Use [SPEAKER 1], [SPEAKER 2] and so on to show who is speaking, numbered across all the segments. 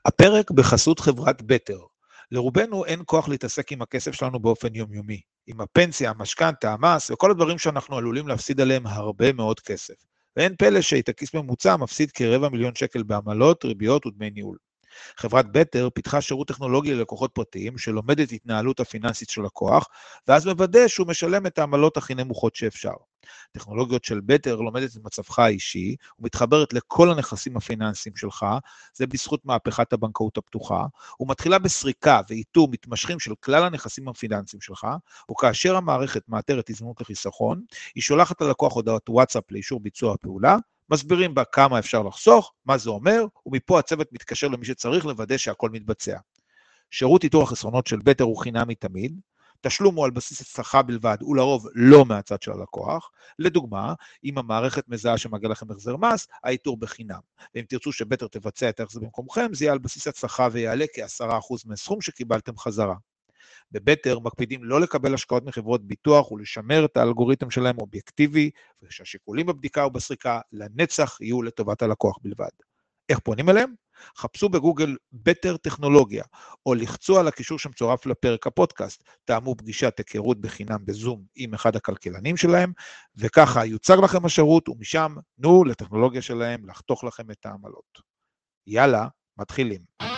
[SPEAKER 1] הפרק בחסות חברת בטר. לרובנו אין כוח להתעסק עם הכסף שלנו באופן יומיומי, עם הפנסיה, המשכנתא, המס וכל הדברים שאנחנו עלולים להפסיד עליהם הרבה מאוד כסף. ואין פלא שהתקיס ממוצע מפסיד כ250,000 בעמלות, ריביות ודמי ניהול. חברת בטר פיתחה שירות טכנולוגי ללקוחות פרטיים שלומד את התנהלות הפיננסית של לקוח, ואז מוודא שהוא משלם את העמלות הכי נמוכות שאפשר. טכנולוגיות של בטר לומדת את מצבך האישי, ומתחברת לכל הנכסים הפיננסיים שלך, זה בזכות מהפכת הבנקאות הפתוחה, ומתחילה בסריקה ואיתור מתמשכים של כלל הנכסים הפיננסיים שלך, וכאשר המערכת מאתרת הזדמנות לחיסכון, היא שולחת ללקוח הודעת וואטסאפ לאישור ביצוע הפעולה, מסבירים בה כמה אפשר לחסוך, מה זה אומר, ומפה הצוות מתקשר למי שצריך לוודא שהכל מתבצע. שירות איתור החסרונות של בטר הוא חינמי תמיד, תשלום הוא על בסיס הצלחה בלבד, ולרוב לא מהצד של הלקוח. לדוגמה, אם המערכת מזהה שמגיע לכם החזר מס, האיתור בחינם. ואם תרצו שבטר תבצע את ההחזר במקומכם, זה יהיה על בסיס הצלחה ויעלה כ10% מהסכום שקיבלתם חזרה. בבטר מקפידים לא לקבל השקעות מחברות ביטוח ולשמר את האלגוריתם שלהם אובייקטיבי, ושהשיקולים בבדיקה ובסריקה לנצח יהיו לטובת הלקוח בלבד. איך פונים אליהם? חפשו בגוגל בטר טכנולוגיה, או לחצו על הקישור שמצורף לפרק הפודקאסט, תאמו פגישת היכרות בחינם בזום עם אחד הכלכלנים שלהם, וככה יוצג לכם השירות, ומשם תנו לטכנולוגיה שלהם לחתוך לכם את העמלות. יאללה, מתחילים.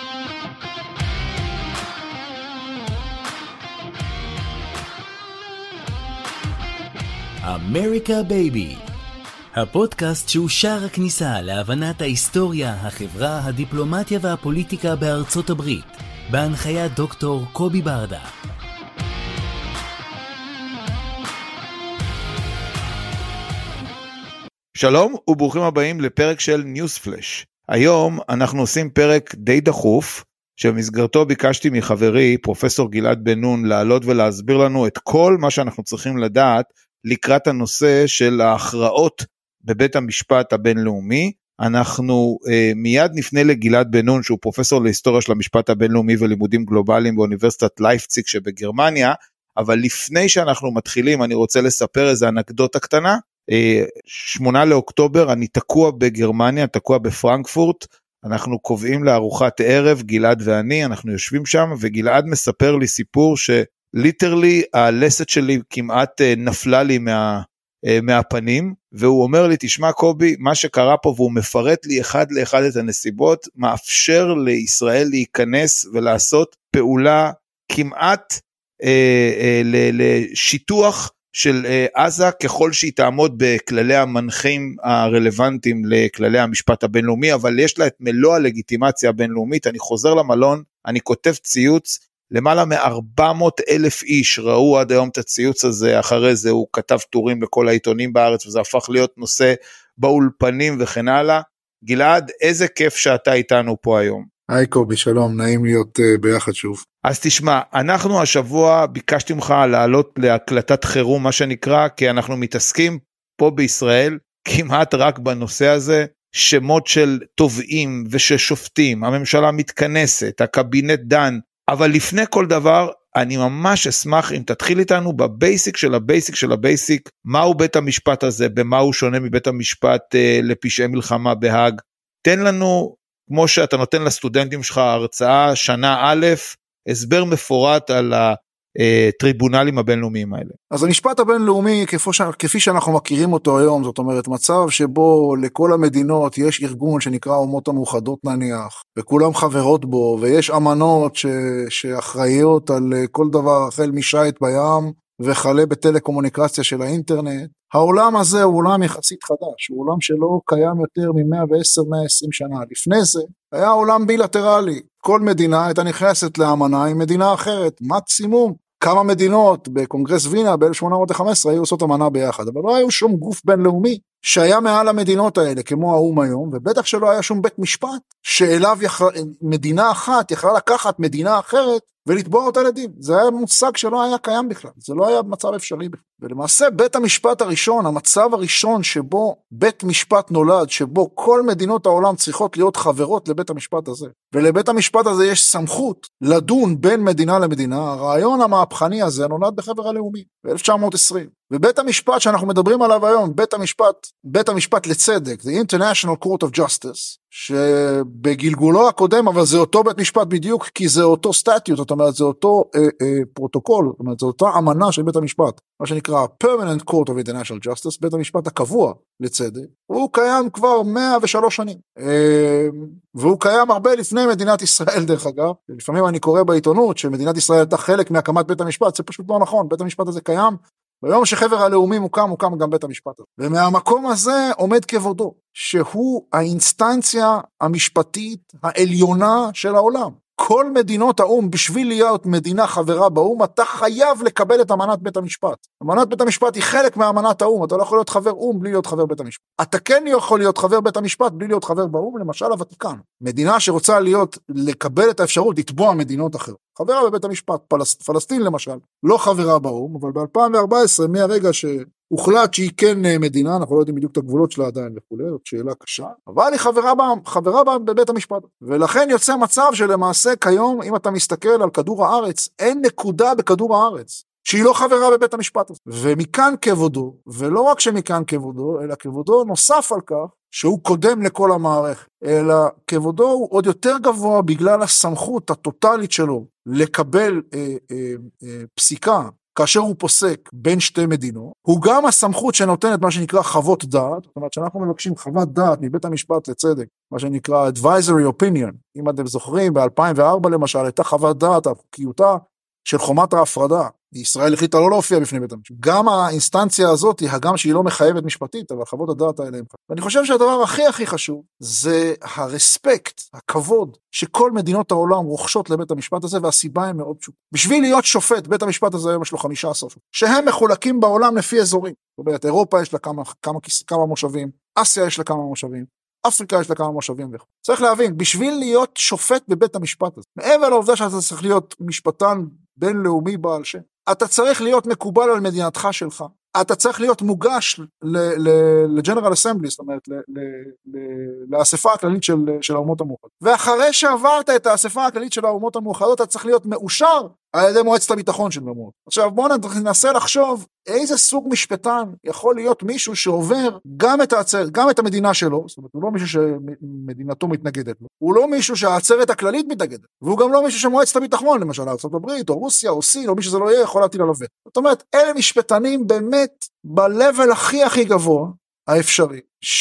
[SPEAKER 2] אמריקה בייבי, הפודקאסט שהוא שער הכניסה להבנת ההיסטוריה, החברה, הדיפלומטיה והפוליטיקה בארצות הברית, בהנחיית דוקטור קובי ברדה.
[SPEAKER 1] שלום וברוכים הבאים לפרק של ניוז פלאש. היום אנחנו עושים פרק די דחוף, שבמסגרתו ביקשתי מחברי פרופסור גלעד בן נון לעלות ולהסביר לנו את כל מה שאנחנו צריכים לדעת לקראת הנושא של ההכרעות בבית המשפט הבינלאומי. אנחנו מיד נפנה לגלעד בן נון, שהוא פרופסור להיסטוריה של המשפט הבינלאומי ולימודים גלובליים באוניברסיטת לייפציג שבגרמניה, אבל לפני שאנחנו מתחילים אני רוצה לספר איזו אנקדוטה קטנה. 8 לאוקטובר אני תקוע בגרמניה, תקוע בפרנקפורט, אנחנו קובעים לארוחת ערב, גלעד ואני, אנחנו יושבים שם, וגלעד מספר לי סיפור ליטרלי הלסת שלי כמעט נפלה לי מהפנים, והוא אומר לי, תשמע קובי, מה שקרה פה, והוא מפרט לי אחד לאחד את הנסיבות, מאפשר לישראל להיכנס ולעשות פעולה כמעט לשיטוח של עזה, ככל שהיא תעמוד בכללי המנחים הרלוונטיים לכללי המשפט הבינלאומי, אבל יש לה את מלוא הלגיטימציה הבינלאומית. אני חוזר למלון, אני כותב ציוץ, למעלה מ-400,000 איש ראו עד היום את הציוץ הזה, אחרי זה הוא כתב טורים לכל העיתונים בארץ, וזה הפך להיות נושא באולפנים וכן הלאה. גלעד, איזה כיף שאתה איתנו פה היום.
[SPEAKER 3] היי קובי, שלום, נעים להיות ביחד שוב.
[SPEAKER 1] אז תשמע, אנחנו השבוע ביקשתי ממך לעלות להקלטת חירום, מה שנקרא, כי אנחנו מתעסקים פה בישראל, כמעט רק בנושא הזה, שמות של תובעים וששופטים, הממשלה מתכנסת, הקבינט דן, אבל לפני כל דבר, אני ממש אשמח אם תתחיל איתנו בבייסיק של הבייסיק של הבייסיק, מהו בית המשפט הזה, במה הוא שונה מבית המשפט לפשעי מלחמה בהאג. תן לנו, כמו שאתה נותן לסטודנטים שלך הרצאה שנה א', הסבר מפורט על הטריבונלים הבינלאומיים האלה.
[SPEAKER 3] אז המשפט הבינלאומי, כפי שאנחנו מכירים אותו היום, זאת אומרת מצב שבו לכל המדינות יש ארגון שנקרא אומות המאוחדות נניח, וכולם חברות בו, ויש אמנות שאחראיות על כל דבר, החל משייט בים, וכלה בטלקומוניקציה של האינטרנט. העולם הזה הוא עולם יחסית חדש, הוא עולם שלא קיים יותר מ-110-120 שנה. לפני זה היה עולם בילטרלי, כל מדינה הייתה נכנסת לאמנה עם מדינה אחרת, מקסימום כמה מדינות בקונגרס וינה ב-1815 היו עושות אמנה ביחד, אבל לא היו שום גוף בינלאומי שהיה מעל המדינות האלה כמו האום היום, ובטח שלא היה שום בית משפט שאליו מדינה אחת יכלה לקחת מדינה אחרת ולתבוע אותה לדין. זה היה מושג שלא היה קיים בכלל, זה לא היה מצב אפשרי בכלל. ולמעשה בית המשפט הראשון, המצב הראשון שבו בית משפט נולד, שבו כל מדינות העולם צריכות להיות חברות לבית המשפט הזה, ולבית המשפט הזה יש סמכות לדון בין מדינה למדינה, הרעיון המהפכני הזה נולד בחבר הלאומי, ב-1920. ובית המשפט שאנחנו מדברים עליו היום, בית המשפט לצדק, the International Court of Justice, שבגלגולו הקודם, אבל זה אותו בית משפט בדיוק, כי זה אותו סטטיות, זאת אומרת, זה אותו פרוטוקול, זאת אומרת, זה אותה אמנה של בית המשפט, מה שנקרא Permanent Court of International Justice, בית המשפט הקבוע לצדק, הוא קיים כבר 103 שנים, והוא קיים הרבה לפני מדינת ישראל דרך אגב, לפעמים אני קורא בעיתונות, שמדינת ישראל הייתה חלק מהקמת בית המשפט, זה פשוט לא נכון, בית המשפט הזה קיים, ביום שחבר הלאומים הוקם גם בית המשפט הזה. ומהמקום הזה עומד כבודו, שהוא האינסטנציה המשפטית העליונה של העולם. כל מדינות האום, בשביל להיות מדינה חברה באום, אתה חייב לקבל את אמנת בית המשפט. אמנת בית המשפט היא חלק מהאמנת האום, אתה לא יכול להיות חבר אום בלי להיות חבר בית המשפט. אתה כן יכול להיות חבר בית המשפט בלי להיות חבר באום, למשל הוותיקן. מדינה שרוצה לקבל את האפשרות לתבוע מדינות אחרות. חברה בבית המשפט, פלסטין למשל, לא חברה באום, אבל ב-2014, מהרגע שהוחלט שהיא כן מדינה, אנחנו לא יודעים בדיוק את הגבולות שלה עדיין וכולי, זאת שאלה קשה, אבל היא חברה בבית המשפט. ולכן יוצא מצב שלמעשה כיום, אם אתה מסתכל על כדור הארץ, אין נקודה בכדור הארץ, שהיא לא חברה בבית המשפט הזה. ומכאן כבודו, ולא רק שמכאן כבודו, אלא כבודו נוסף על כך, שהוא קודם לכל המערכת, אלא כבודו הוא עוד יותר גבוה בגלל הסמכות הטוטלית שלו לקבל פסיקה, כאשר הוא פוסק בין שתי מדינות, הוא גם הסמכות שנותנת מה שנקרא חוות דעת, זאת אומרת שאנחנו מבקשים חוות דעת מבית המשפט לצדק, מה שנקרא advisory opinion, אם אתם זוכרים, ב-2004 למשל, הייתה חוות דעת על חוקיותה של חומת ההפרדה, ישראל החליטה לא להופיע בפני בית המשפט. גם האינסטנציה הזאת היא הגם שהיא לא מחייבת משפטית, אבל חוות הדעת האלה הם חייבת. ואני חושב שהדבר הכי חשוב, זה הרספקט, הכבוד, שכל מדינות העולם רוכשות לבית המשפט הזה, והסיבה היא מאוד פשוטה. בשביל להיות שופט, בית המשפט הזה היום יש לו 15 שופט, שהם מחולקים בעולם לפי אזורים. זאת אומרת, אירופה יש לה כמה מושבים, אסיה יש לה כמה מושבים, אפריקה יש לה כמה מושבים וכו'. צריך להבין, בשביל להיות שופט בבית המשפט הזה, מעבר לעובדה שאתה צריך להיות משפטן בינלאומי בעל שם, אתה צריך להיות מקובל על מדינתך שלך, אתה צריך להיות מוגש לג'נרל אסמבלי, זאת אומרת, לאספה הכללית של האומות המאוחדות. ואחרי שעברת את האספה הכללית של האומות המאוחדות, אתה צריך להיות מאושר על ידי מועצת הביטחון של האומות. עכשיו בואו ננסה לחשוב איזה סוג משפטן יכול להיות מישהו שעובר גם את המדינה שלו, זאת אומרת, הוא לא מישהו שמדינתו מתנגדת לו, הוא לא מישהו שהעצרת הכללית מתנגדת, והוא גם לא מישהו שמועצת הביטחון, למשל ארצות הברית, או רוסיה, או סין, או מי שזה לא יהיה, יכול להטיל עליו וטו. זאת אומרת, אלה משפטנים באמת ב-level הכי גבוה האפשרי,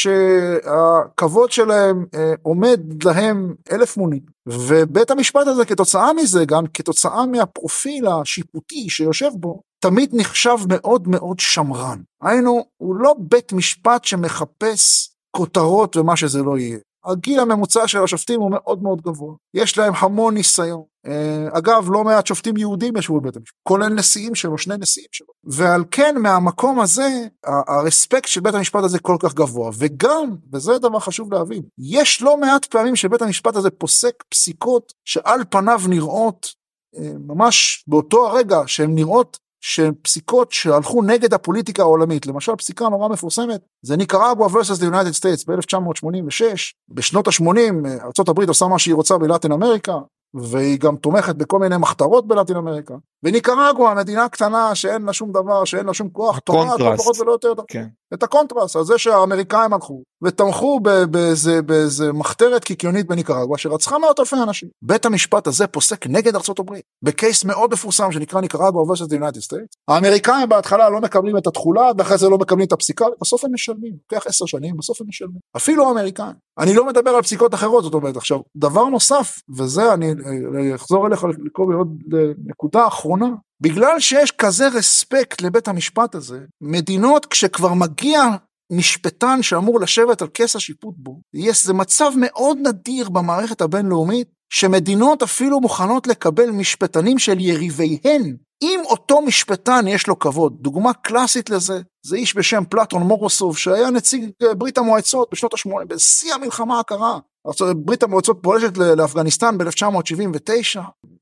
[SPEAKER 3] שהכבוד שלהם עומד להם 1000 מונים, ובית המשפט הזה כתוצאה מזה, גם כתוצאה מהפרופיל השיפוטי שיושב בו, תמיד נחשב מאוד מאוד שמרן. היינו, הוא לא בית משפט שמחפש כותרות ומה שזה לא יהיה. הגיל הממוצע של השופטים הוא מאוד מאוד גבוה. יש להם המון ניסיון. אגב, לא מעט שופטים יהודים ישבו בבית המשפט. כולל נשיאים שלו, 2 נשיאים שלו. ועל כן, מהמקום הזה, הרספקט של בית המשפט הזה כל כך גבוה. וגם, וזה דבר חשוב להבין, יש לא מעט פעמים שבית המשפט הזה פוסק פסיקות שעל פניו נראות, ממש באותו הרגע שהן נראות, שהן פסיקות שהלכו נגד הפוליטיקה העולמית. למשל, פסיקה נורא מפורסמת, זה ניקרגואה versus the United States ב-1986, בשנות ה-80, ארצות הברית עושה מה שהיא רוצה בלטין אמריקה, והיא גם תומכת בכל מיני מחתרות בלטין אמריקה, וניקרגואה, מדינה קטנה שאין לה שום דבר, שאין לה שום כוח, תומכת לא פחות ולא יותר. כן. את הקונטרס, על זה שהאמריקאים הלכו, ותמכו באיזה מחתרת קיקיונית בניקרגואה, שרצחה מאות אלפי אנשים. בית המשפט הזה פוסק נגד ארצות הברית, בקייס מאוד מפורסם שנקרא ניקרגואה versus the United States. האמריקאים בהתחלה לא מקבלים את התחולה, ואחרי זה לא מקבלים את הפסיקה, בסוף הם משלמים, לוקח 10 שנים, בסוף הם משלמים. אפילו האמריקאים. אני לא מדבר על פסיקות אחרות, זאת אומרת, עכשיו, דבר נוסף, וזה אני אחזור אליך לקרוא עוד נקודה אחרונה, בגלל שיש כזה רספקט לבית המשפט הזה, מדינות כשכבר מגיע משפטן שאמור לשבת על כס השיפוט בו, זה מצב מאוד נדיר במערכת הבינלאומית, שמדינות אפילו מוכנות לקבל משפטנים של יריביהן, אם אותו משפטן יש לו כבוד. דוגמה קלאסית לזה, זה איש בשם פלטון מורוסוב, שהיה נציג ברית המועצות בשנות ה-80, בשיא המלחמה הקרה. ברית המועצות פולשת לאפגניסטן ב-1979,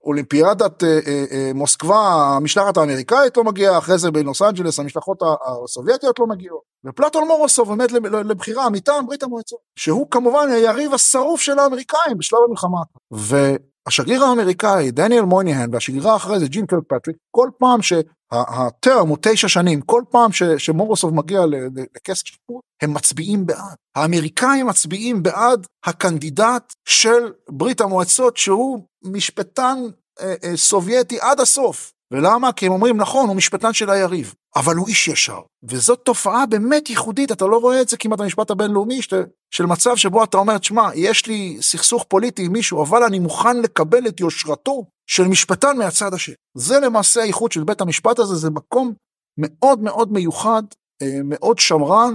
[SPEAKER 3] אולימפיאדת מוסקבה, המשלחת האמריקאית לא מגיעה, אחרי זה בלוס אנג'לס, המשלחות הסובייטיות לא מגיעות, ופלטון מורוסוב עומד לבחירה מטעם ברית המועצות, שהוא כמובן היריב השרוף של האמריקאים בשלב המלחמה. והשגריר האמריקאי, דניאל מויניהן, והשגרירה אחרי זה, ג'ין קרקפטריק, כל פעם שהטרם הוא 9 שנים, כל פעם שמורוסוב מגיע לכס שיפוט, הם מצביעים בעד. האמריקאים מצביעים בעד הקנדידט של ברית המועצות, שהוא משפטן סובייטי עד הסוף. ולמה? כי הם אומרים, נכון, הוא משפטן של היריב, אבל הוא איש ישר. וזאת תופעה באמת ייחודית, אתה לא רואה את זה כמעט המשפט הבינלאומי, של מצב שבו אתה אומר, תשמע, יש לי סכסוך פוליטי עם מישהו, אבל אני מוכן לקבל את יושרתו של משפטן מהצד השני. זה למעשה הייחוד של בית המשפט הזה, זה מקום מאוד מאוד מיוחד, מאוד שמרן,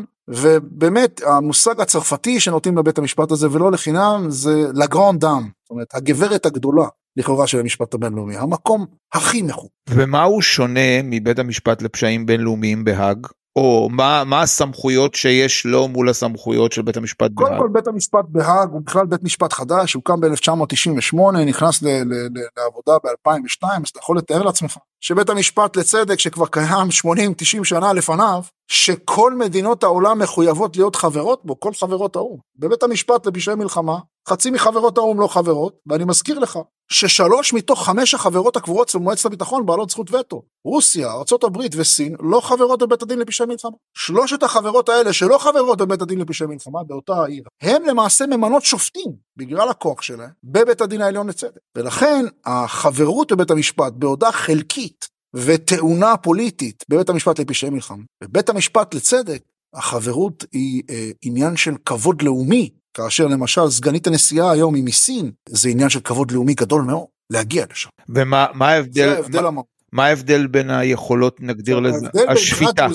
[SPEAKER 3] ובאמת המושג הצרפתי שנותנים לבית המשפט הזה ולא לחינם, זה לגרנד דאם, זאת אומרת, הגברת הגדולה לכאורה של המשפט הבינלאומי, המקום הכי מכובד.
[SPEAKER 1] ומה הוא שונה מבית המשפט לפשעים בינלאומיים בהאג? או מה הסמכויות שיש לו מול הסמכויות של בית המשפט בהאג?
[SPEAKER 3] קודם כל בית המשפט בהאג הוא בכלל בית משפט חדש, הוא קם ב-1998, נכנס לעבודה ב-2002, אז אתה יכול לתאר לעצמך, שבית המשפט לצדק שכבר קיים 80-90 שנה לפניו, שכל מדינות העולם מחויבות להיות חברות בו, כל חברות האום. בבית המשפט לפשעי מלחמה, חצי מחברות האום לא חברות, ואני מזכיר לך, ש3 מתוך 5 החברות הקבועות של מועצת הביטחון בעלות זכות וטו, רוסיה, ארצות הברית וסין, לא חברות בבית הדין לפשעי מלחמה. 3 החברות האלה שלא חברות בבית הדין לפשעי מלחמה, באותה העיר, הם למעשה ממנות שופטים, בגלל הכוח שלהם, בבית הדין העליון לצדק. ולכן, החברות בבית המשפט, בעודה חלקית וטעונה פוליטית, בבית המשפט לפשעי מלחמה, בבית המשפט לצדק, החברות היא עניין של כבוד לאומי, כאשר למשל סגנית הנשיאה היום היא מסין, זה עניין של כבוד לאומי גדול מאוד, להגיע לשם.
[SPEAKER 1] ומה ההבדל? מה ההבדל בין היכולות, נגדיר לזה, השפיטה?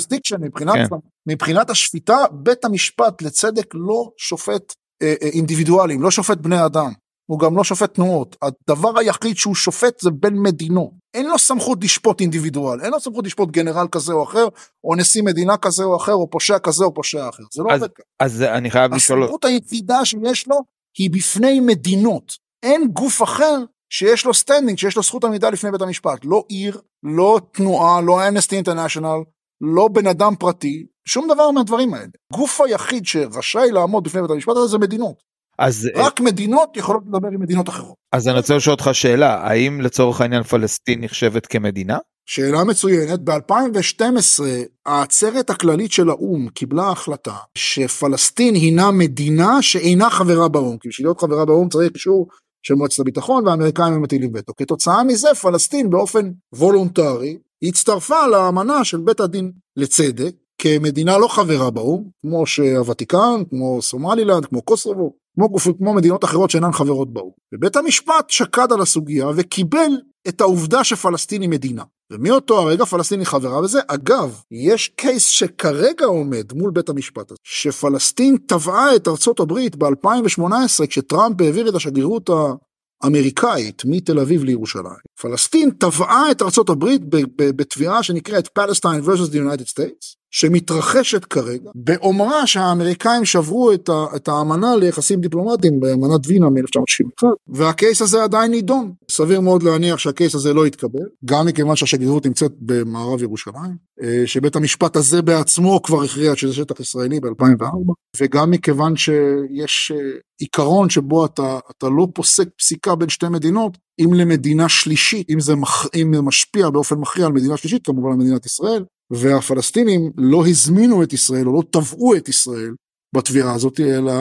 [SPEAKER 3] מבחינת השפיטה, בית המשפט לצדק לא שופט אינדיבידואלים, לא שופט בני אדם, הוא גם לא שופט תנועות, הדבר היחיד שהוא שופט זה בין מדינות, אין לו סמכות לשפוט אינדיבידואל, אין לו סמכות לשפוט גנרל כזה או אחר, או נשיא מדינה כזה או אחר, או פושע כזה או פושע אחר, זה לא עובד ככה.
[SPEAKER 1] אז אני חייב לשאול...
[SPEAKER 3] הסמכות היחידה שיש לו, היא בפני מדינות, אין גוף אחר שיש לו סטנדינג, שיש לו זכות עמידה לפני בית המשפט, לא עיר, לא תנועה, לא אמנסטי אינטרנשיונל, לא בן אדם פרטי, שום דבר מהדברים האלה. גוף היחיד שרשאי לעמוד בפני בית המשפט הזה זה מדינות. רק מדינות יכולות לדבר עם מדינות אחרות.
[SPEAKER 1] אז אני רוצה לשאול אותך שאלה, האם לצורך העניין פלסטין נחשבת כמדינה?
[SPEAKER 3] שאלה מצוינת, ב-2012 העצרת הכללית של האום קיבלה החלטה שפלסטין הינה מדינה שאינה חברה באום, כי בשביל להיות חברה באום צריך אישור של מועצת הביטחון והאמריקאים הם מטילים וטו. כתוצאה מזה פלסטין באופן וולונטרי הצטרפה לאמנה של בית הדין לצדק, כמדינה לא חברה באום, כמו שהוותיקן, כמו סומלילנד, כמו קוסובו, כמו מדינות אחרות שאינן חברות באום. ובית המשפט שקד על הסוגיה וקיבל את העובדה שפלסטין היא מדינה. ומאותו הרגע פלסטין היא חברה בזה. אגב, יש קייס שכרגע עומד מול בית המשפט הזה, שפלסטין תבעה את ארצות הברית ב-2018, כשטראמפ העביר את השגרירות האמריקאית מתל אביב לירושלים. פלסטין תבעה את ארצות הברית בתביעה שנקראת Palestine versus the United States, שמתרחשת כרגע, באומרה שהאמריקאים שברו את האמנה ליחסים דיפלומטיים, באמנת וינה מ-1961, והקייס הזה עדיין נידון. סביר מאוד להניח שהקייס הזה לא יתקבל, גם מכיוון שהשגרירות נמצאת במערב ירושלים, שבית המשפט הזה בעצמו כבר הכריע שזה שטח ישראלי ב-2004, וגם מכיוון שיש עיקרון שבו אתה לא פוסק פסיקה בין שתי מדינות, אם למדינה שלישית, אם זה משפיע באופן מכריע על מדינה שלישית, כמובן על מדינת ישראל, והפלסטינים לא הזמינו את ישראל, או לא תבעו את ישראל בתביעה הזאת, אלא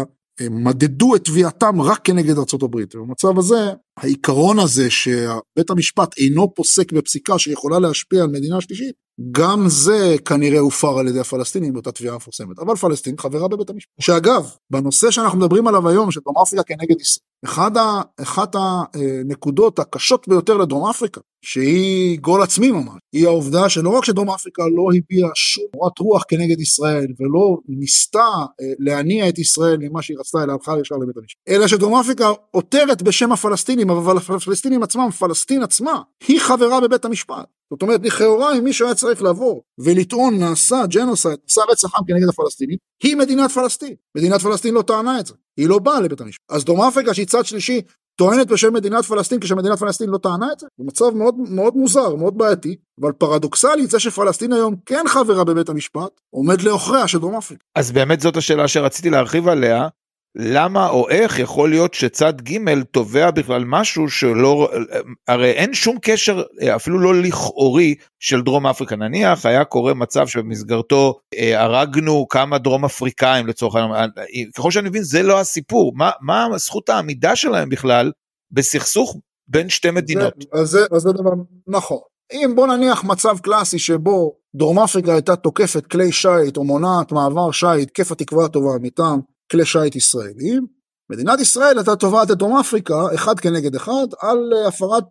[SPEAKER 3] מדדו את תביעתם רק כנגד ארצות הברית. ובמצב הזה, העיקרון הזה שבית המשפט אינו פוסק בפסיקה שיכולה להשפיע על מדינה שלישית, גם זה כנראה הופר על ידי הפלסטינים באותה תביעה מפורסמת. אבל פלסטין חברה בבית המשפט. שאגב, בנושא שאנחנו מדברים עליו היום, שדרום אפריקה כנגד ישראל, אחת הנקודות הקשות ביותר לדרום אפריקה, שהיא גול עצמי ממש, היא העובדה שלא רק שדרום אפריקה לא הביעה שום מורת רוח כנגד ישראל, ולא ניסתה להניע את ישראל ממה שהיא רצתה, אלא הלכה ישר לבית המשפט, אלא שדרום אפריקה עותרת בשם הפלסטינים, אבל הפלסטינים עצמם, פלסטין עצמה, היא חברה בבית המשפט. זאת אומרת, לכאורה, אם מישהו היה צריך לבוא ולטעון נעשה ג'נוסייד, נעשה רצח עם כנגד הפלסטינים, היא מדינת פלסטין. מדינת פלסטין לא טענה את זה. היא לא באה לבית המשפט. אז דרום אפריקה שהיא צד שלישי, טוענת בשם מדינת פלסטין, כשמדינת פלסטין לא טענה את זה. זה מצב מאוד, מאוד מוזר, מאוד בעייתי, אבל פרדוקסלית זה שפלסטין היום כן חברה בבית המשפט, עומד לאחריה של דרום אפריקה.
[SPEAKER 1] אז באמת זאת השאלה שרציתי להרחיב עליה, למה או איך יכול להיות שצד ג' תובע בכלל משהו שלא, הרי אין שום קשר, אפילו לא לכאורי של דרום אפריקה, נניח היה קורה מצב שבמסגרתו הרגנו כמה דרום אפריקאים לצורך העניין, ככל שאני מבין זה לא הסיפור, מה זכות העמידה שלהם בכלל בסכסוך בין שתי מדינות?
[SPEAKER 3] אז זה דבר נכון, אם בוא נניח מצב קלאסי שבו דרום אפריקה הייתה תוקפת כלי שייט או מונעת מעבר שייט, כיף התקווה הטובה מטעם כלי שייט ישראלים, מדינת ישראל הייתה תובעת את דרום אפריקה, אחד כנגד אחד, על הפרת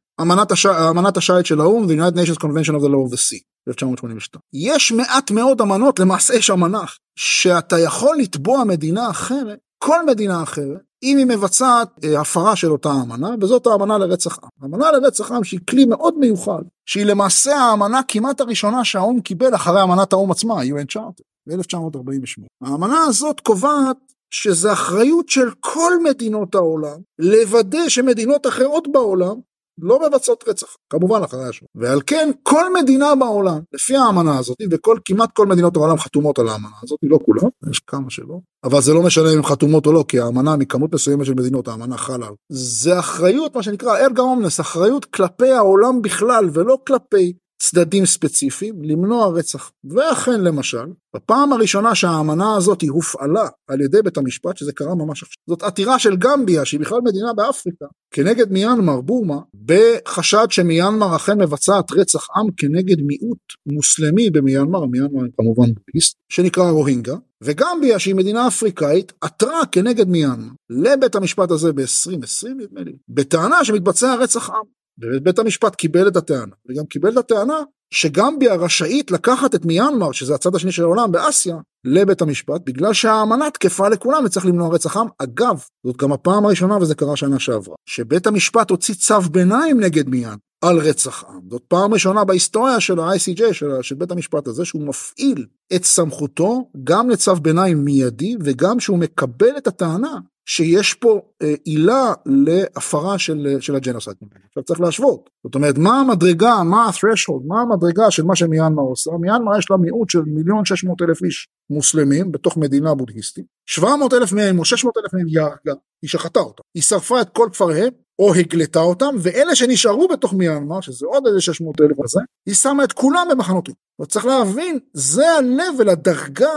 [SPEAKER 3] אמנת השייט של האו"ם, the United Nations Convention of the Law of the Sea, 1982. יש מעט מאוד אמנות, למעשה יש אמנה, שאתה יכול לתבוע מדינה אחרת, כל מדינה אחרת, אם היא מבצעת הפרה של אותה אמנה, וזאת האמנה לרצח עם. האמנה לרצח עם שהיא כלי מאוד מיוחד, שהיא למעשה האמנה כמעט הראשונה שהאו"ם קיבל אחרי אמנת האו"ם עצמה, UN Charter. ב-1948. האמנה הזאת קובעת שזה אחריות של כל מדינות העולם, לוודא שמדינות אחרות בעולם לא מבצעות רצח, כמובן אחרי השם. ועל כן כל מדינה בעולם, לפי האמנה הזאת, וכמעט כל מדינות העולם חתומות על האמנה הזאת, לא כולם, יש כמה שלא, אבל זה לא משנה אם הן חתומות או לא, כי האמנה מכמות מסוימת של מדינות, האמנה חלה. זה אחריות, מה שנקרא ארגה אומנס, אחריות כלפי העולם בכלל, ולא כלפי צדדים ספציפיים, למנוע רצח. ואכן למשל, בפעם הראשונה שהאמנה הזאת היא הופעלה על ידי בית המשפט, שזה קרה ממש עכשיו, זאת עתירה של גמביה, שהיא בכלל מדינה באפריקה, כנגד מיינמר, בורמה, בחשד שמיינמר אכן מבצעת רצח עם כנגד מיעוט מוסלמי במיינמר, מיינמר כמובן בודהיסט, שנקרא רוהינגה, וגמביה שהיא מדינה אפריקאית, עתרה כנגד מיינמר, לבית המשפט הזה ב-2020 נדמה לי, בטענה שמתבצע רצח עם. ובית המשפט קיבל את הטענה, וגם קיבל את הטענה שגמביה רשאית לקחת את מיינמר, שזה הצד השני של העולם באסיה, לבית המשפט, בגלל שהאמנה תקפה לכולם וצריך למנוע רצח עם. אגב, זאת גם הפעם הראשונה וזה קרה שנה שעברה, שבית המשפט הוציא צו ביניים נגד מיינמר על רצח עם. זאת פעם ראשונה בהיסטוריה של ה-ICJ, של בית המשפט הזה, שהוא מפעיל את סמכותו גם לצו ביניים מיידי, וגם שהוא מקבל את הטענה שיש פה עילה להפרה של הג'נוסייד. עכשיו צריך להשוות. זאת אומרת, מה המדרגה, מה ה-threshold, מה המדרגה של מה שמיינמר עושה? מיינמר יש לה מיעוט של 1,600,000 איש מוסלמים בתוך מדינה בודהיסטית. 700,000 מהם או 600,000 מהם היא הרגה, היא שחטה אותם. היא שרפה את כל כפריהם או הגלתה אותם, ואלה שנשארו בתוך מיינמר, שזה עוד איזה 600,000 הזה, היא שמה את כולם במחנות. וצריך להבין, זה הלבל, הדרגה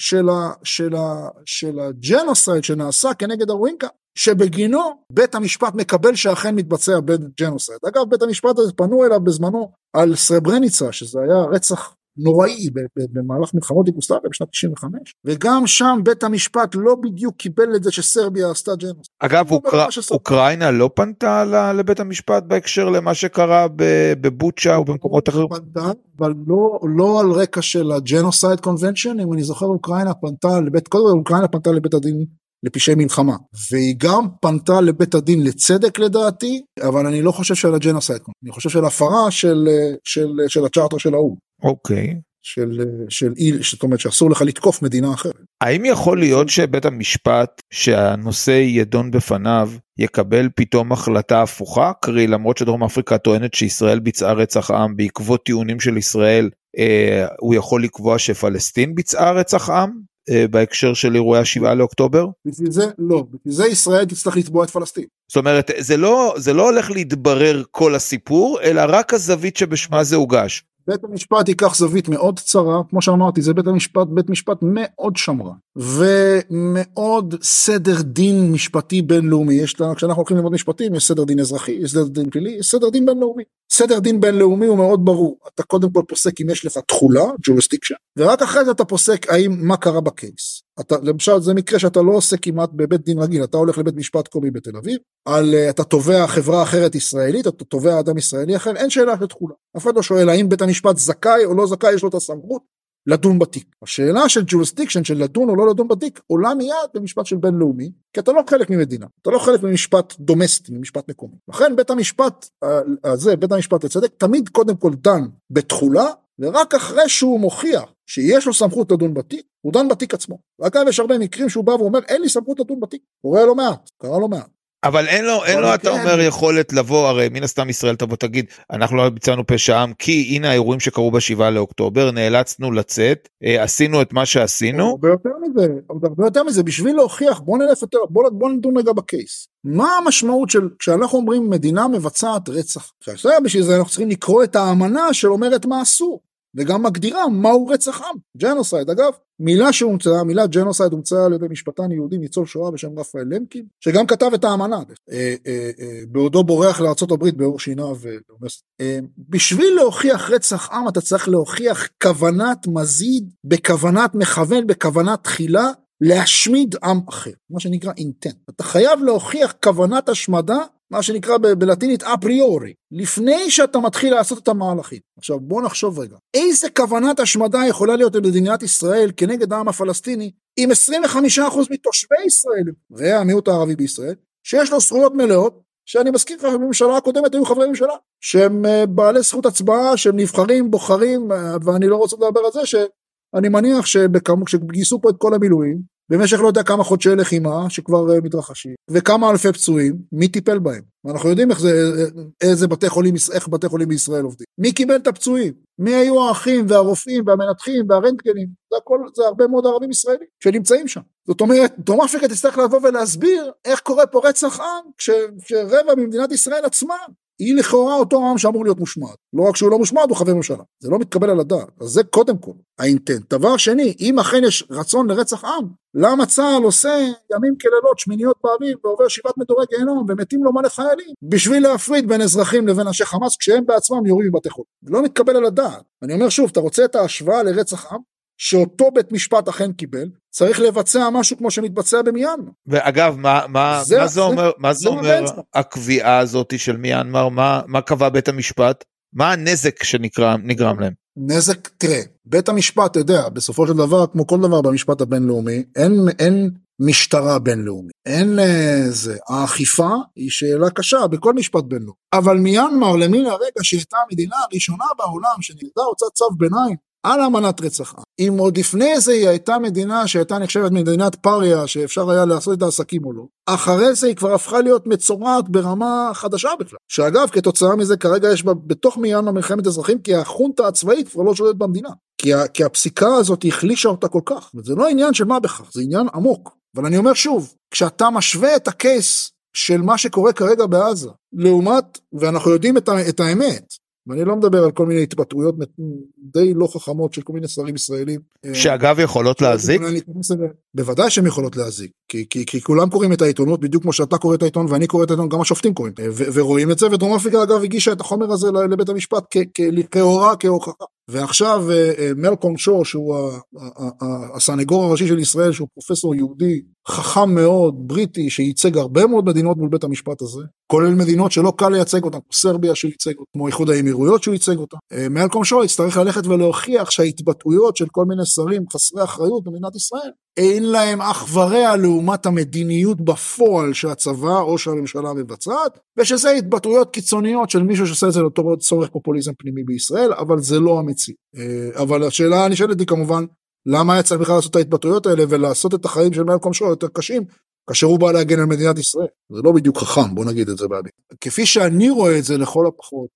[SPEAKER 3] של הג'נוסייד שנעשה כנגד הרוהינגה, שבגינו בית המשפט מקבל שאכן מתבצע בג'נוסייד. אגב, בית המשפט הזה פנו אליו בזמנו על סרברניצה, שזה היה רצח נוראי במהלך מלחמות יוגוסלביה בשנת 95, וגם שם בית המשפט לא בדיוק קיבל את זה שסרביה עשתה ג'נוסייד.
[SPEAKER 1] אגב, אוקראינה לא פנתה לבית המשפט בהקשר למה שקרה בבוצ'ה ובמקומות אחרים?
[SPEAKER 3] פנתה, אבל לא על רקע של הג'נוסייד קונבנשן, אם אני זוכר, אוקראינה פנתה לבית הדין לפשעי מלחמה, והיא גם פנתה לבית הדין לצדק לדעתי, אבל אני לא חושב של הג'נוסייד, אני חושב של הפרה של הצ'ארטר של האו"ם.
[SPEAKER 1] אוקיי.
[SPEAKER 3] זאת אומרת שאסור לך לתקוף מדינה אחרת.
[SPEAKER 1] האם יכול להיות שבית המשפט שהנושא ידון בפניו יקבל פתאום החלטה הפוכה? קרי, למרות שדרום אפריקה טוענת שישראל ביצעה רצח עם, בעקבות טיעונים של ישראל, הוא יכול לקבוע שפלסטין ביצעה רצח עם? בהקשר של אירועי 7 לאוקטובר?
[SPEAKER 3] בשביל זה לא, בשביל זה ישראל תצטרך לתבוע את פלסטין.
[SPEAKER 1] זאת אומרת, זה לא הולך להתברר כל הסיפור, אלא רק הזווית שבשמה זה הוגש.
[SPEAKER 3] בית המשפט ייקח זווית מאוד צרה, כמו שאמרתי, זה בית משפט מאוד שמרה, ומאוד סדר דין משפטי בינלאומי. יש לנו, כשאנחנו הולכים ללמוד משפטים, יש סדר דין אזרחי, יש סדר דין פלילי, יש סדר דין בינלאומי. סדר דין בינלאומי הוא מאוד ברור, אתה קודם כל פוסק אם יש לך תחולה, jurisdiction, ורק אחרי זה אתה פוסק מה קרה בקייס. למשל, זה מקרה שאתה לא עושה כמעט בבית דין רגיל, אתה הולך לבית משפט קומי בתל אביב, אתה תובע חברה אחרת ישראלית, אתה תובע אדם ישראלי אחר, אין שאלה של תחולה. אף אחד לא שואל האם בית המשפט זכאי או לא זכאי, יש לו את הסמכות לדון בתיק. השאלה של jurisdiction, של לדון או לא לדון בתיק, עולה מיד במשפט של בינלאומי, כי אתה לא חלק ממדינה, אתה לא חלק ממשפט דומסטי, ממשפט מקומי. לכן בית המשפט הזה, בית המשפט לצדק, תמיד קודם כל דן בתחולה, ורק אחרי שהוא מוכיח שיש לו סמכות לדון בתיק, הוא דן בתיק עצמו. ואגב, יש הרבה מקרים שהוא בא ואומר, אין לי סמכות לדון בתיק. קורה לא מעט, קרה לא מעט.
[SPEAKER 1] אבל אין לו, אתה אומר, יכולת לבוא, הרי מן הסתם ישראל תבוא, תגיד, אנחנו לא ביצענו פשע עם, כי הנה האירועים שקרו ב7 לאוקטובר, נאלצנו לצאת, עשינו את מה שעשינו.
[SPEAKER 3] הרבה יותר מזה, בשביל להוכיח, בוא נדון רגע בקייס. מה המשמעות של, כשאנחנו אומרים מדינה מבצעת רצח? בשביל זה אנחנו צריכים לקרוא את האמנה של אומרת מה אסור. וגם מגדירה מהו רצח עם, ג'נוסייד. אגב, מילה ג'נוסייד הומצאה על ידי משפטן יהודי ניצול שואה בשם רפאל למקין, שגם כתב את האמנה, בעודו בורח לארצות הברית באור שיניו. בשביל להוכיח רצח עם, אתה צריך להוכיח כוונת מזיד, בכוונת מכוון, בכוונת תחילה, להשמיד עם אחר, מה שנקרא intent. אתה חייב להוכיח כוונת השמדה, מה שנקרא בלטינית אפריורי, לפני שאתה מתחיל לעשות את המהלכים. עכשיו בוא נחשוב רגע, איזה כוונת השמדה יכולה להיות במדינת ישראל כנגד העם הפלסטיני, עם 25% מתושבי ישראל, והמיעוט הערבי בישראל, שיש לו זכויות מלאות, שאני מזכיר לך, בממשלה הקודמת היו חברי ממשלה, שהם בעלי זכות הצבעה, שהם נבחרים, בוחרים, ואני לא רוצה לדבר על זה, שאני מניח שגייסו פה את כל המילואים, במשך לא יודע כמה חודשי לחימה שכבר מתרחשים, וכמה אלפי פצועים, מי טיפל בהם? אנחנו יודעים איך בתי חולים בישראל עובדים. מי קיבל את הפצועים? מי היו האחים והרופאים והמנתחים והרנטגנים? זה הרבה מאוד ערבים ישראלים שנמצאים שם. זאת אומרת, דרום אפריקה תצטרך לבוא ולהסביר איך קורה פה רצח עם, כשרבע ממדינת ישראל עצמה, היא לכאורה אותו עם שאמור להיות מושמד. לא רק שהוא לא מושמד, הוא חבר ממשלה. זה לא מתקבל על הדעת. אז זה קודם כל, האינטנט. דבר שני, אם אכן יש רצון לרצח עם, למה צה"ל עושה ימים כלילות, שמיניות באוויר, ועובר 7 מדורי גיהנום, ומתים לו מלא חיילים, בשביל להפריד בין אזרחים לבין אנשי חמאס, כשהם בעצמם יורים בבתי חולים. זה לא מתקבל על הדעת. אני אומר שוב, אתה רוצה את ההשוואה לרצח עם, שאותו בית משפט אכן קיבל, צריך לבצע משהו כמו שמתבצע במיינמר.
[SPEAKER 1] ואגב, מה זה אומר הקביעה הזאת של מיינמר? מה קבע בית המשפט? מה הנזק שנגרם להם?
[SPEAKER 3] נזק, תראה, בית המשפט, אתה יודע, בסופו של דבר, כמו כל דבר במשפט הבינלאומי, אין משטרה בינלאומי, אין זה, האכיפה היא שאלה קשה בכל משפט בינלאומי, אבל מיינמר למין הרגע שהייתה המדינה הראשונה בעולם, שנגדה הוצאת צו ביניים, על אמנת רצח עם. אם עוד לפני זה היא הייתה מדינה שהייתה נחשבת מדינת פריה, שאפשר היה לעשות את העסקים או לא, אחרי זה היא כבר הפכה להיות מצורעת ברמה חדשה בכלל. שאגב, כתוצאה מזה כרגע יש בתוך מיינמר מלחמת אזרחים, כי החונטה הצבאית כבר לא שולטת במדינה. כי הפסיקה הזאת החלישה אותה כל כך. זה לא עניין של מה בכך, זה עניין עמוק. אבל אני אומר שוב, כשאתה משווה את הקייס של מה שקורה כרגע בעזה, לעומת, ואנחנו יודעים את האמת, ואני לא מדבר על כל מיני התבטאויות די לא חכמות של כל מיני שרים ישראלים.
[SPEAKER 1] שאגב יכולות להזיק?
[SPEAKER 3] בוודאי שהן יכולות להזיק, כי כולם קוראים את העיתונות, בדיוק כמו שאתה קורא את העיתון ואני קורא את העיתון, גם השופטים קוראים, ורואים את זה, ודרום אפריקה אגב הגישה את החומר הזה לבית המשפט כהוכחה. ועכשיו מלקום שור, שהוא הסנגור הראשי של ישראל, שהוא פרופסור יהודי, חכם מאוד, בריטי, שייצג הרבה מאוד מדינות מול בית המשפט הזה, כולל מדינות שלא קל לייצג אותן, כמו סרביה שהוא ייצג אותן, כמו איחוד האמירויות שהוא ייצג אותן. מלקום שור יצטרך ללכת ולהוכיח שההתבטאויות של כל מיני שרים חסרי אחריות במדינת ישראל, אין להם אח ורע לעומת המדיניות בפועל שהצבא או שהממשלה מבצעת, ושזה התבטאויות קיצוניות של מישהו שעושה את זה לאותו צורך פופוליזם פנימי בישראל, אבל זה לא המציאות. אבל השאלה הנשאלת היא כמובן, למה היה צריך בכלל לעשות את ההתבטאויות האלה, ולעשות את החיים של מלקום שור יותר קשים, כאשר הוא בא להגן על מדינת ישראל. זה לא בדיוק חכם, בוא נגיד את זה בעדי. כפי שאני רואה את זה לכל הפחות,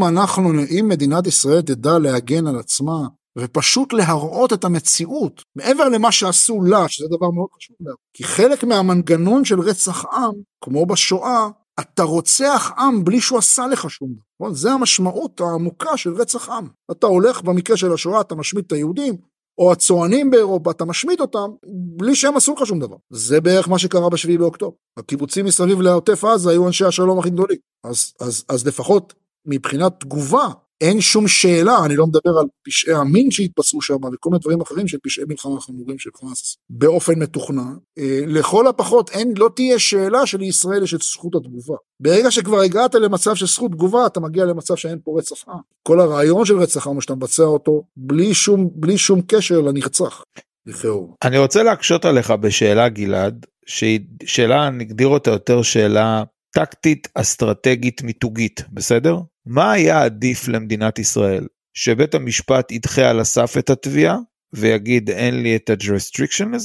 [SPEAKER 3] אם מדינת ישראל תדע להגן על עצמה, ופשוט להראות את המציאות, מעבר למה שעשו לה, שזה דבר מאוד חשוב לה, כי חלק מהמנגנון של רצח עם, כמו בשואה, אתה רוצח עם בלי שהוא עשה לך שום דבר. זה המשמעות העמוקה של רצח עם. אתה הולך במקרה של השואה, אתה משמיד את היהודים, או הצוענים באירופה, אתה משמיד אותם, בלי שהם עשו לך שום דבר. זה בערך מה שקרה ב7 באוקטובר. הקיבוצים מסביב לעוטף עזה היו אנשי השלום הכי גדולים. אז לפחות מבחינת תגובה, אין שום שאלה, אני לא מדבר על פשעי המין שהתבצעו שם, וכל מיני דברים אחרים של פשעי מלחמה חמורים של חמאס, באופן מתוכנן, לכל הפחות לא תהיה שאלה של ישראל יש את זכות התגובה. ברגע שכבר הגעת למצב של זכות תגובה, אתה מגיע למצב שאין פה רצח עם. כל הרעיון של רצח עם, שאתה מבצע אותו, בלי שום קשר לנרצח.
[SPEAKER 1] אני רוצה להקשות עליך בשאלה, גלעד, שהיא שאלה, נגדיר אותה יותר שאלה טקטית, אסטרטגית, מיתוגית, בסדר? מה היה עדיף למדינת ישראל? שבית המשפט ידחה על הסף את התביעה, ויגיד אין לי את ה-restriction לזה?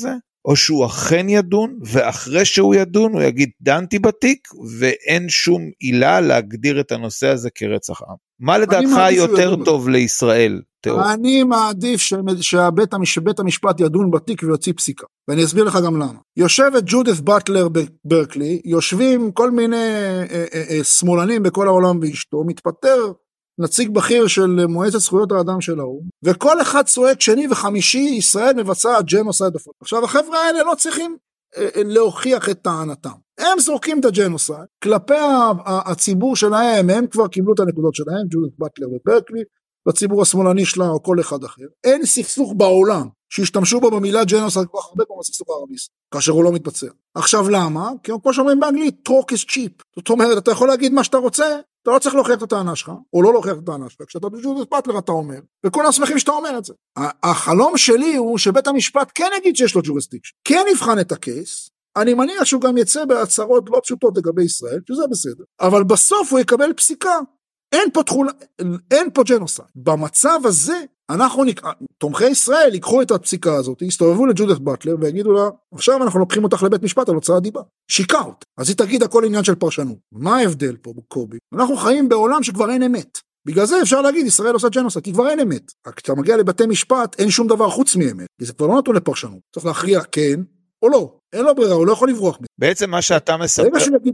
[SPEAKER 1] או שהוא אכן ידון, ואחרי שהוא ידון הוא יגיד דנתי בתיק, ואין שום עילה להגדיר את הנושא הזה כרצח עם. מה לדעתך יותר טוב לישראל?
[SPEAKER 3] אני מעדיף שבית המשפט ידון בתיק ויוציא פסיקה, ואני אסביר לך גם למה. יושבת ג'ודית באטלר בברקלי, יושבים כל מיני שמאלנים בכל העולם ואשתו, מתפטר נציג בכיר של מועצת זכויות האדם של האו"ם, וכל אחד צועק שני וחמישי, ישראל מבצעת ג'נוסייד. עכשיו החבר'ה האלה לא צריכים להוכיח את טענתם, הם זורקים את הג'נוסייד, כלפי הציבור שלהם, הם כבר קיבלו את הנקודות שלהם, ג'ודית באטלר וברקלי, לציבור השמאלני שלה או כל אחד אחר. אין סכסוך בעולם שהשתמשו בו במילה ג'נוסייד כל כך הרבה כמו הסכסוך הערבי, כאשר הוא לא מתבצע. עכשיו למה? כי כמו שאומרים באנגלית, talk is cheap. זאת אומרת, אתה יכול להגיד מה שאתה רוצה, אתה לא צריך להוכיח את הטענה שלך, או לא להוכיח את הטענה שלך. כשאתה ג'ודית באטלר אתה אומר, וכולם שמחים שאתה אומר את זה. החלום שלי הוא שבית המשפט כן יגיד שיש לו jurisdiction, כן יבחן את הקייס, אני מניח שהוא גם יצא בהצהרות לא פשוטות לגבי ישראל, שזה בסדר, אבל בסוף הוא יקבל פסיקה, אין פה ג'נוסייד. במצב הזה, תומכי ישראל ייקחו את הפסיקה הזאת, יסתובבו לג'ודית באטלר ויגידו לה, עכשיו אנחנו לוקחים אותך לבית משפט על הוצאת דיבה. שיקרת. אז היא תגיד הכל עניין של פרשנות. מה ההבדל פה, קובי? אנחנו חיים בעולם שכבר אין אמת. בגלל זה אפשר להגיד, ישראל עושה ג'נוסייד, כי כבר אין אמת. כשאתה מגיע לבתי משפט, אין שום דבר חוץ מאמת. כי זה כבר לא נתון לפרשנות. צריך להכריע כן או לא. אין לו ברירה, הוא לא יכול לברוח מזה.
[SPEAKER 1] בעצם מה שאתה מספר...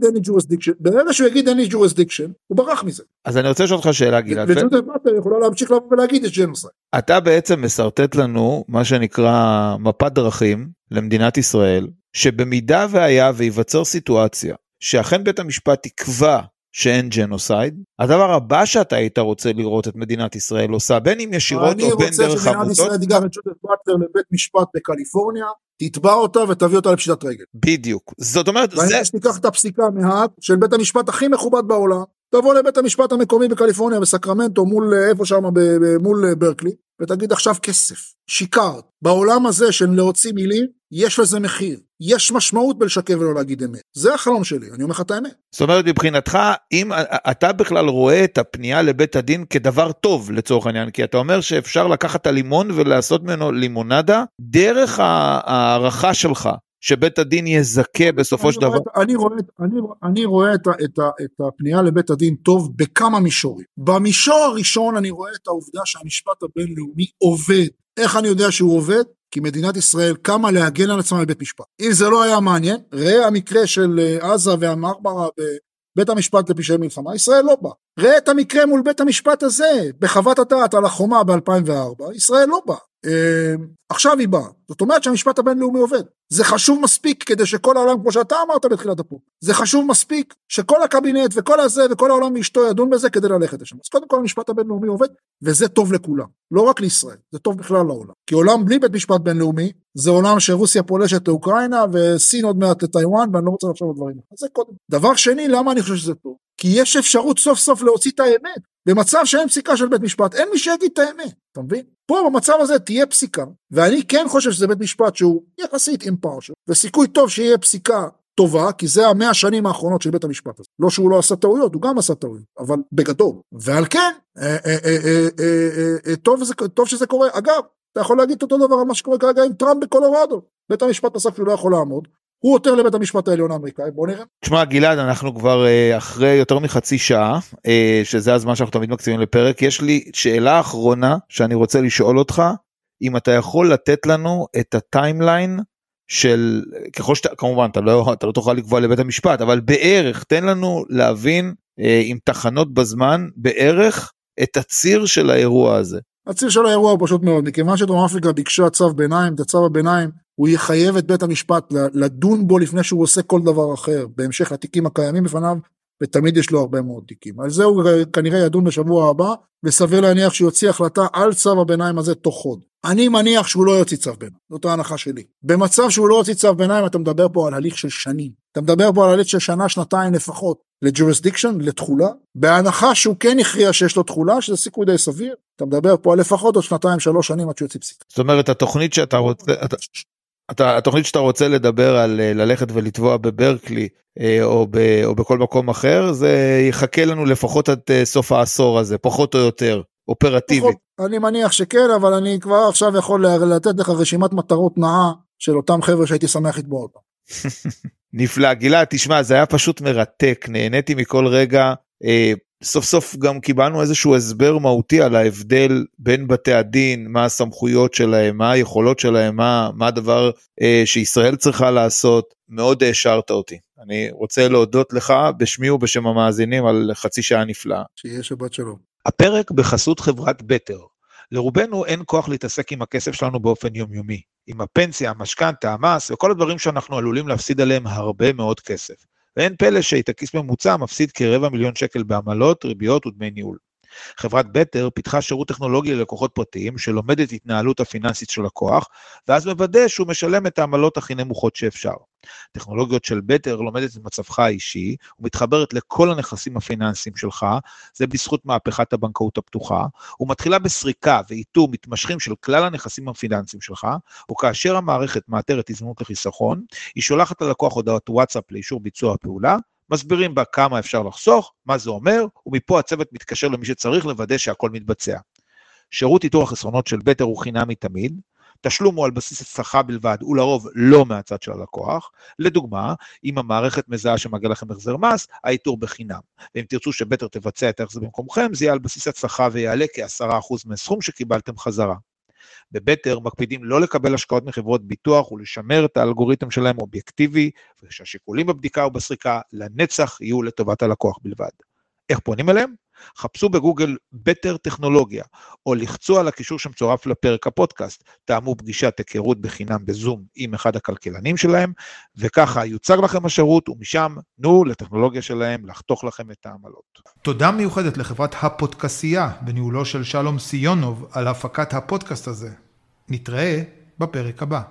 [SPEAKER 3] ברגע שהוא יגיד אין לי jurisdiction, הוא ברח מזה.
[SPEAKER 1] אז אני רוצה לשאול אותך שאלה, גלעד.
[SPEAKER 3] וג'ודית באטלר יכולה להמשיך לבוא ולהגיד יש ג'נוסייד.
[SPEAKER 1] אתה בעצם מסרטט לנו מה שנקרא מפת דרכים למדינת ישראל, שבמידה והיה ויווצר סיטואציה, שאכן בית המשפט יקבע שאין ג'נוסייד, הדבר הבא שאתה היית רוצה לראות את מדינת ישראל עושה, בין אם ישירות או בין דרך עמותות. אני רוצה שמדינת ישראל תיגע את ג'ודית באטלר לבית משפט בקליפורניה, תתבע אותה ותביא אותה לפשיטת רגל. בדיוק. זאת אומרת,
[SPEAKER 3] ואני שתיקח את הפסיקה מהאג של בית המשפט הכי מכובד בעולם, תבוא לבית המשפט המקומי בקליפורניה, בסקרמנטו, מול איפה שם, מול ברקלי, ותגיד עכשיו כסף, שיקרת. בעולם הזה של להוציא מילים, יש לזה מחיר. יש משמעות בלשקר ולא להגיד אמת. זה החלום שלי, אני אומר לך את האמת.
[SPEAKER 1] זאת אומרת, מבחינתך, אם אתה בכלל רואה את הפנייה לבית הדין כדבר טוב לצורך העניין, כי אתה אומר שאפשר לקחת את הלימון ולעשות ממנו לימונדה, דרך הערכה שלך, שבית הדין יזכה בסופו של דבר.
[SPEAKER 3] אני רואה את הפנייה לבית הדין טוב בכמה מישורים. במישור הראשון אני רואה את העובדה שהמשפט הבינלאומי עובד. איך אני יודע שהוא עובד? כי מדינת ישראל קמה להגן על עצמה בבית משפט. אם זה לא היה מעניין, ראה המקרה של עזה והמרמרה בבית המשפט לפשעי מלחמה, ישראל לא בא. ראה את המקרה מול בית המשפט הזה, בחוות הדעת על החומה ב-2004, ישראל לא בא. עכשיו היא באה. זאת אומרת שהמשפט הבינלאומי עובד. זה חשוב מספיק כדי שכל העולם, כמו שאתה אמרת בתחילת הפרק, זה חשוב מספיק שכל הקבינט וכל הזה וכל העולם ואשתו ידון בזה כדי ללכת לשם. אז קודם כל המשפט הבינלאומי עובד, וזה טוב לכולם. לא רק לישראל, זה טוב בכלל לעולם. כי עולם בלי בית משפט בינלאומי, זה עולם שרוסיה פולשת לאוקראינה, וסין עוד מעט לטיואן, ואני לא רוצה לחשוב על דברים. אז זה קודם. דבר שני, למה אני חושב שזה טוב? כי יש אפשרות סוף סוף להוציא את האמת. במצב שאין פסיקה של בית משפט, אין מי שיגיד את האמת. אתה מבין? פה במצב הזה תהיה פסיקה, ואני כן חושב שזה בית משפט שהוא יחסית impartial, וסיכוי טוב שיהיה פסיקה טובה, כי זה 100 השנים האחרונות של בית המשפט הזה. לא שהוא לא עשה טעויות, הוא גם עשה טעויות, אבל בגדול. ועל כן, טוב שזה קורה. אגב, אתה יכול להגיד אותו דבר על מה שקורה כרגע עם טראמפ בקולורדו. בית המשפט פסק שהוא לא יכול לעמוד, הוא עותר לבית המשפט העליון האמריקאי, בוא נראה.
[SPEAKER 1] תשמע גלעד, אנחנו כבר אחרי יותר מחצי שעה, שזה הזמן שאנחנו תמיד מקציבים לפרק, יש לי שאלה אחרונה שאני רוצה לשאול אותך, אם אתה יכול לתת לנו את הטיימליין של, ככל שאתה, כמובן, אתה לא תוכל לקבוע לבית המשפט, אבל בערך, תן לנו להבין עם תחנות בזמן, בערך את הציר של האירוע הזה.
[SPEAKER 3] הציר של האירוע הוא פשוט מאוד, מכיוון שדרום אפריקה ביקשה צו ביניים, את הצו הביניים, הוא יחייב את בית המשפט לדון בו לפני שהוא עושה כל דבר אחר, בהמשך לתיקים הקיימים בפניו, ותמיד יש לו הרבה מאוד תיקים. על זה הוא כנראה ידון בשבוע הבא, וסביר להניח שהוא יוציא החלטה על צו הביניים הזה תוך חודש. אני מניח שהוא לא יוציא צו ביניים, זאת ההנחה שלי. במצב שהוא לא יוציא צו ביניים, אתה מדבר פה על הליך של שנים. אתה מדבר פה על הליך של שנה, שנתיים לפחות, לג'וריסדיקשן, לתחולה. בהנחה שהוא כן הכריע שיש לו תחולה, שזה סיכוי די סביר, אתה מדבר פה על לפחות עוד 2-3 שנים עד שהוא יוציא פסיקה.
[SPEAKER 1] זאת אומרת, התוכנית שאתה רוצה לדבר על ללכת ולתבוע בברקלי או בכל מקום אחר, זה יחכה לנו לפחות עד סוף העשור הזה, פחות או יותר, אופרטיבית.
[SPEAKER 3] אני מניח שכן, אבל אני כבר עכשיו יכול לתת לך רשימת מטרות נאה, של אותם חבר'ה שהייתי שמח לתבוע אותם.
[SPEAKER 1] נפלא, גלעד, תשמע, זה היה פשוט מרתק, נהניתי מכל רגע, סוף סוף גם קיבלנו איזשהו הסבר מהותי על ההבדל בין בתי הדין, מה הסמכויות שלהם, מה היכולות שלהם, מה הדבר שישראל צריכה לעשות, מאוד השארת אותי. אני רוצה להודות לך בשמי ובשם המאזינים על חצי שעה נפלאה.
[SPEAKER 3] שיהיה שבת שלום.
[SPEAKER 1] הפרק בחסות חברת בטר. לרובנו אין כוח להתעסק עם הכסף שלנו באופן יומיומי, עם הפנסיה, המשכנתא, המס וכל הדברים שאנחנו עלולים להפסיד עליהם הרבה מאוד כסף. ואין פלא שהתקיס ממוצע מפסיד כ250,000 שקל בעמלות, ריביות ודמי ניהול. חברת בטר פיתחה שירות טכנולוגי ללקוחות פרטיים שלומד את התנהלות הפיננסית של לקוח, ואז מוודא שהוא משלם את העמלות הכי נמוכות שאפשר. טכנולוגיות של בטר לומדת את מצבך האישי, ומתחברת לכל הנכסים הפיננסיים שלך, זה בזכות מהפכת הבנקאות הפתוחה, ומתחילה בסריקה ואיתור מתמשכים של כלל הנכסים הפיננסיים שלך, וכאשר המערכת מאתרת הזדמנות לחיסכון, היא שולחת ללקוח הודעות וואטסאפ לאישור ביצוע הפעולה, מסבירים בה כמה אפשר לחסוך, מה זה אומר, ומפה הצוות מתקשר למי שצריך לוודא שהכל מתבצע. שירות איתור החסרונות של בטר הוא חינמי תמיד, תשלום הוא על בסיס הצלחה בלבד, ולרוב לא מהצד של הלקוח. לדוגמה, אם המערכת מזהה שמגיע לכם החזר מס, האיתור בחינם. ואם תרצו שבטר תבצע את ההחזר במקומכם, זה יהיה על בסיס הצלחה ויעלה כ10% מהסכום שקיבלתם חזרה. בבטר מקפידים לא לקבל השקעות מחברות ביטוח ולשמר את האלגוריתם שלהם אובייקטיבי, ושהשיקולים בבדיקה ובסריקה לנצח יהיו לטובת הלקוח בלבד. איך פונים אליהם? חפשו בגוגל בטר טכנולוגיה, או לחצו על הקישור שמצורף לפרק הפודקאסט, תאמו פגישת היכרות בחינם בזום עם אחד הכלכלנים שלהם, וככה יוצג לכם השירות, ומשם נו לטכנולוגיה שלהם לחתוך לכם את העמלות.
[SPEAKER 4] תודה מיוחדת לחברת הפודקאסייה, בניהולו של שלום סיונוב, על הפקת הפודקאסט הזה. נתראה בפרק הבא.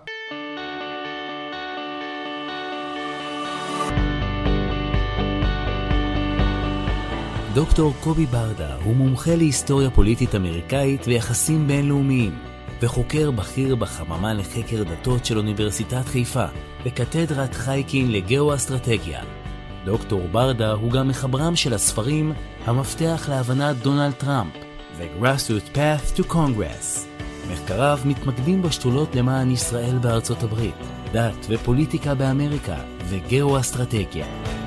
[SPEAKER 2] דוקטור קובי ברדה הוא מומחה להיסטוריה פוליטית אמריקאית ויחסים בינלאומיים, וחוקר בכיר בחממה לחקר דתות של אוניברסיטת חיפה, וקתדרת חייקין לגאו-אסטרטגיה. דוקטור ברדה הוא גם מחברם של הספרים המפתח להבנת דונלד טראמפ ו-Grassroots Path to Congress. מחקריו מתמקדים בשתולות למען ישראל בארצות הברית, דת ופוליטיקה באמריקה וגאו-אסטרטגיה.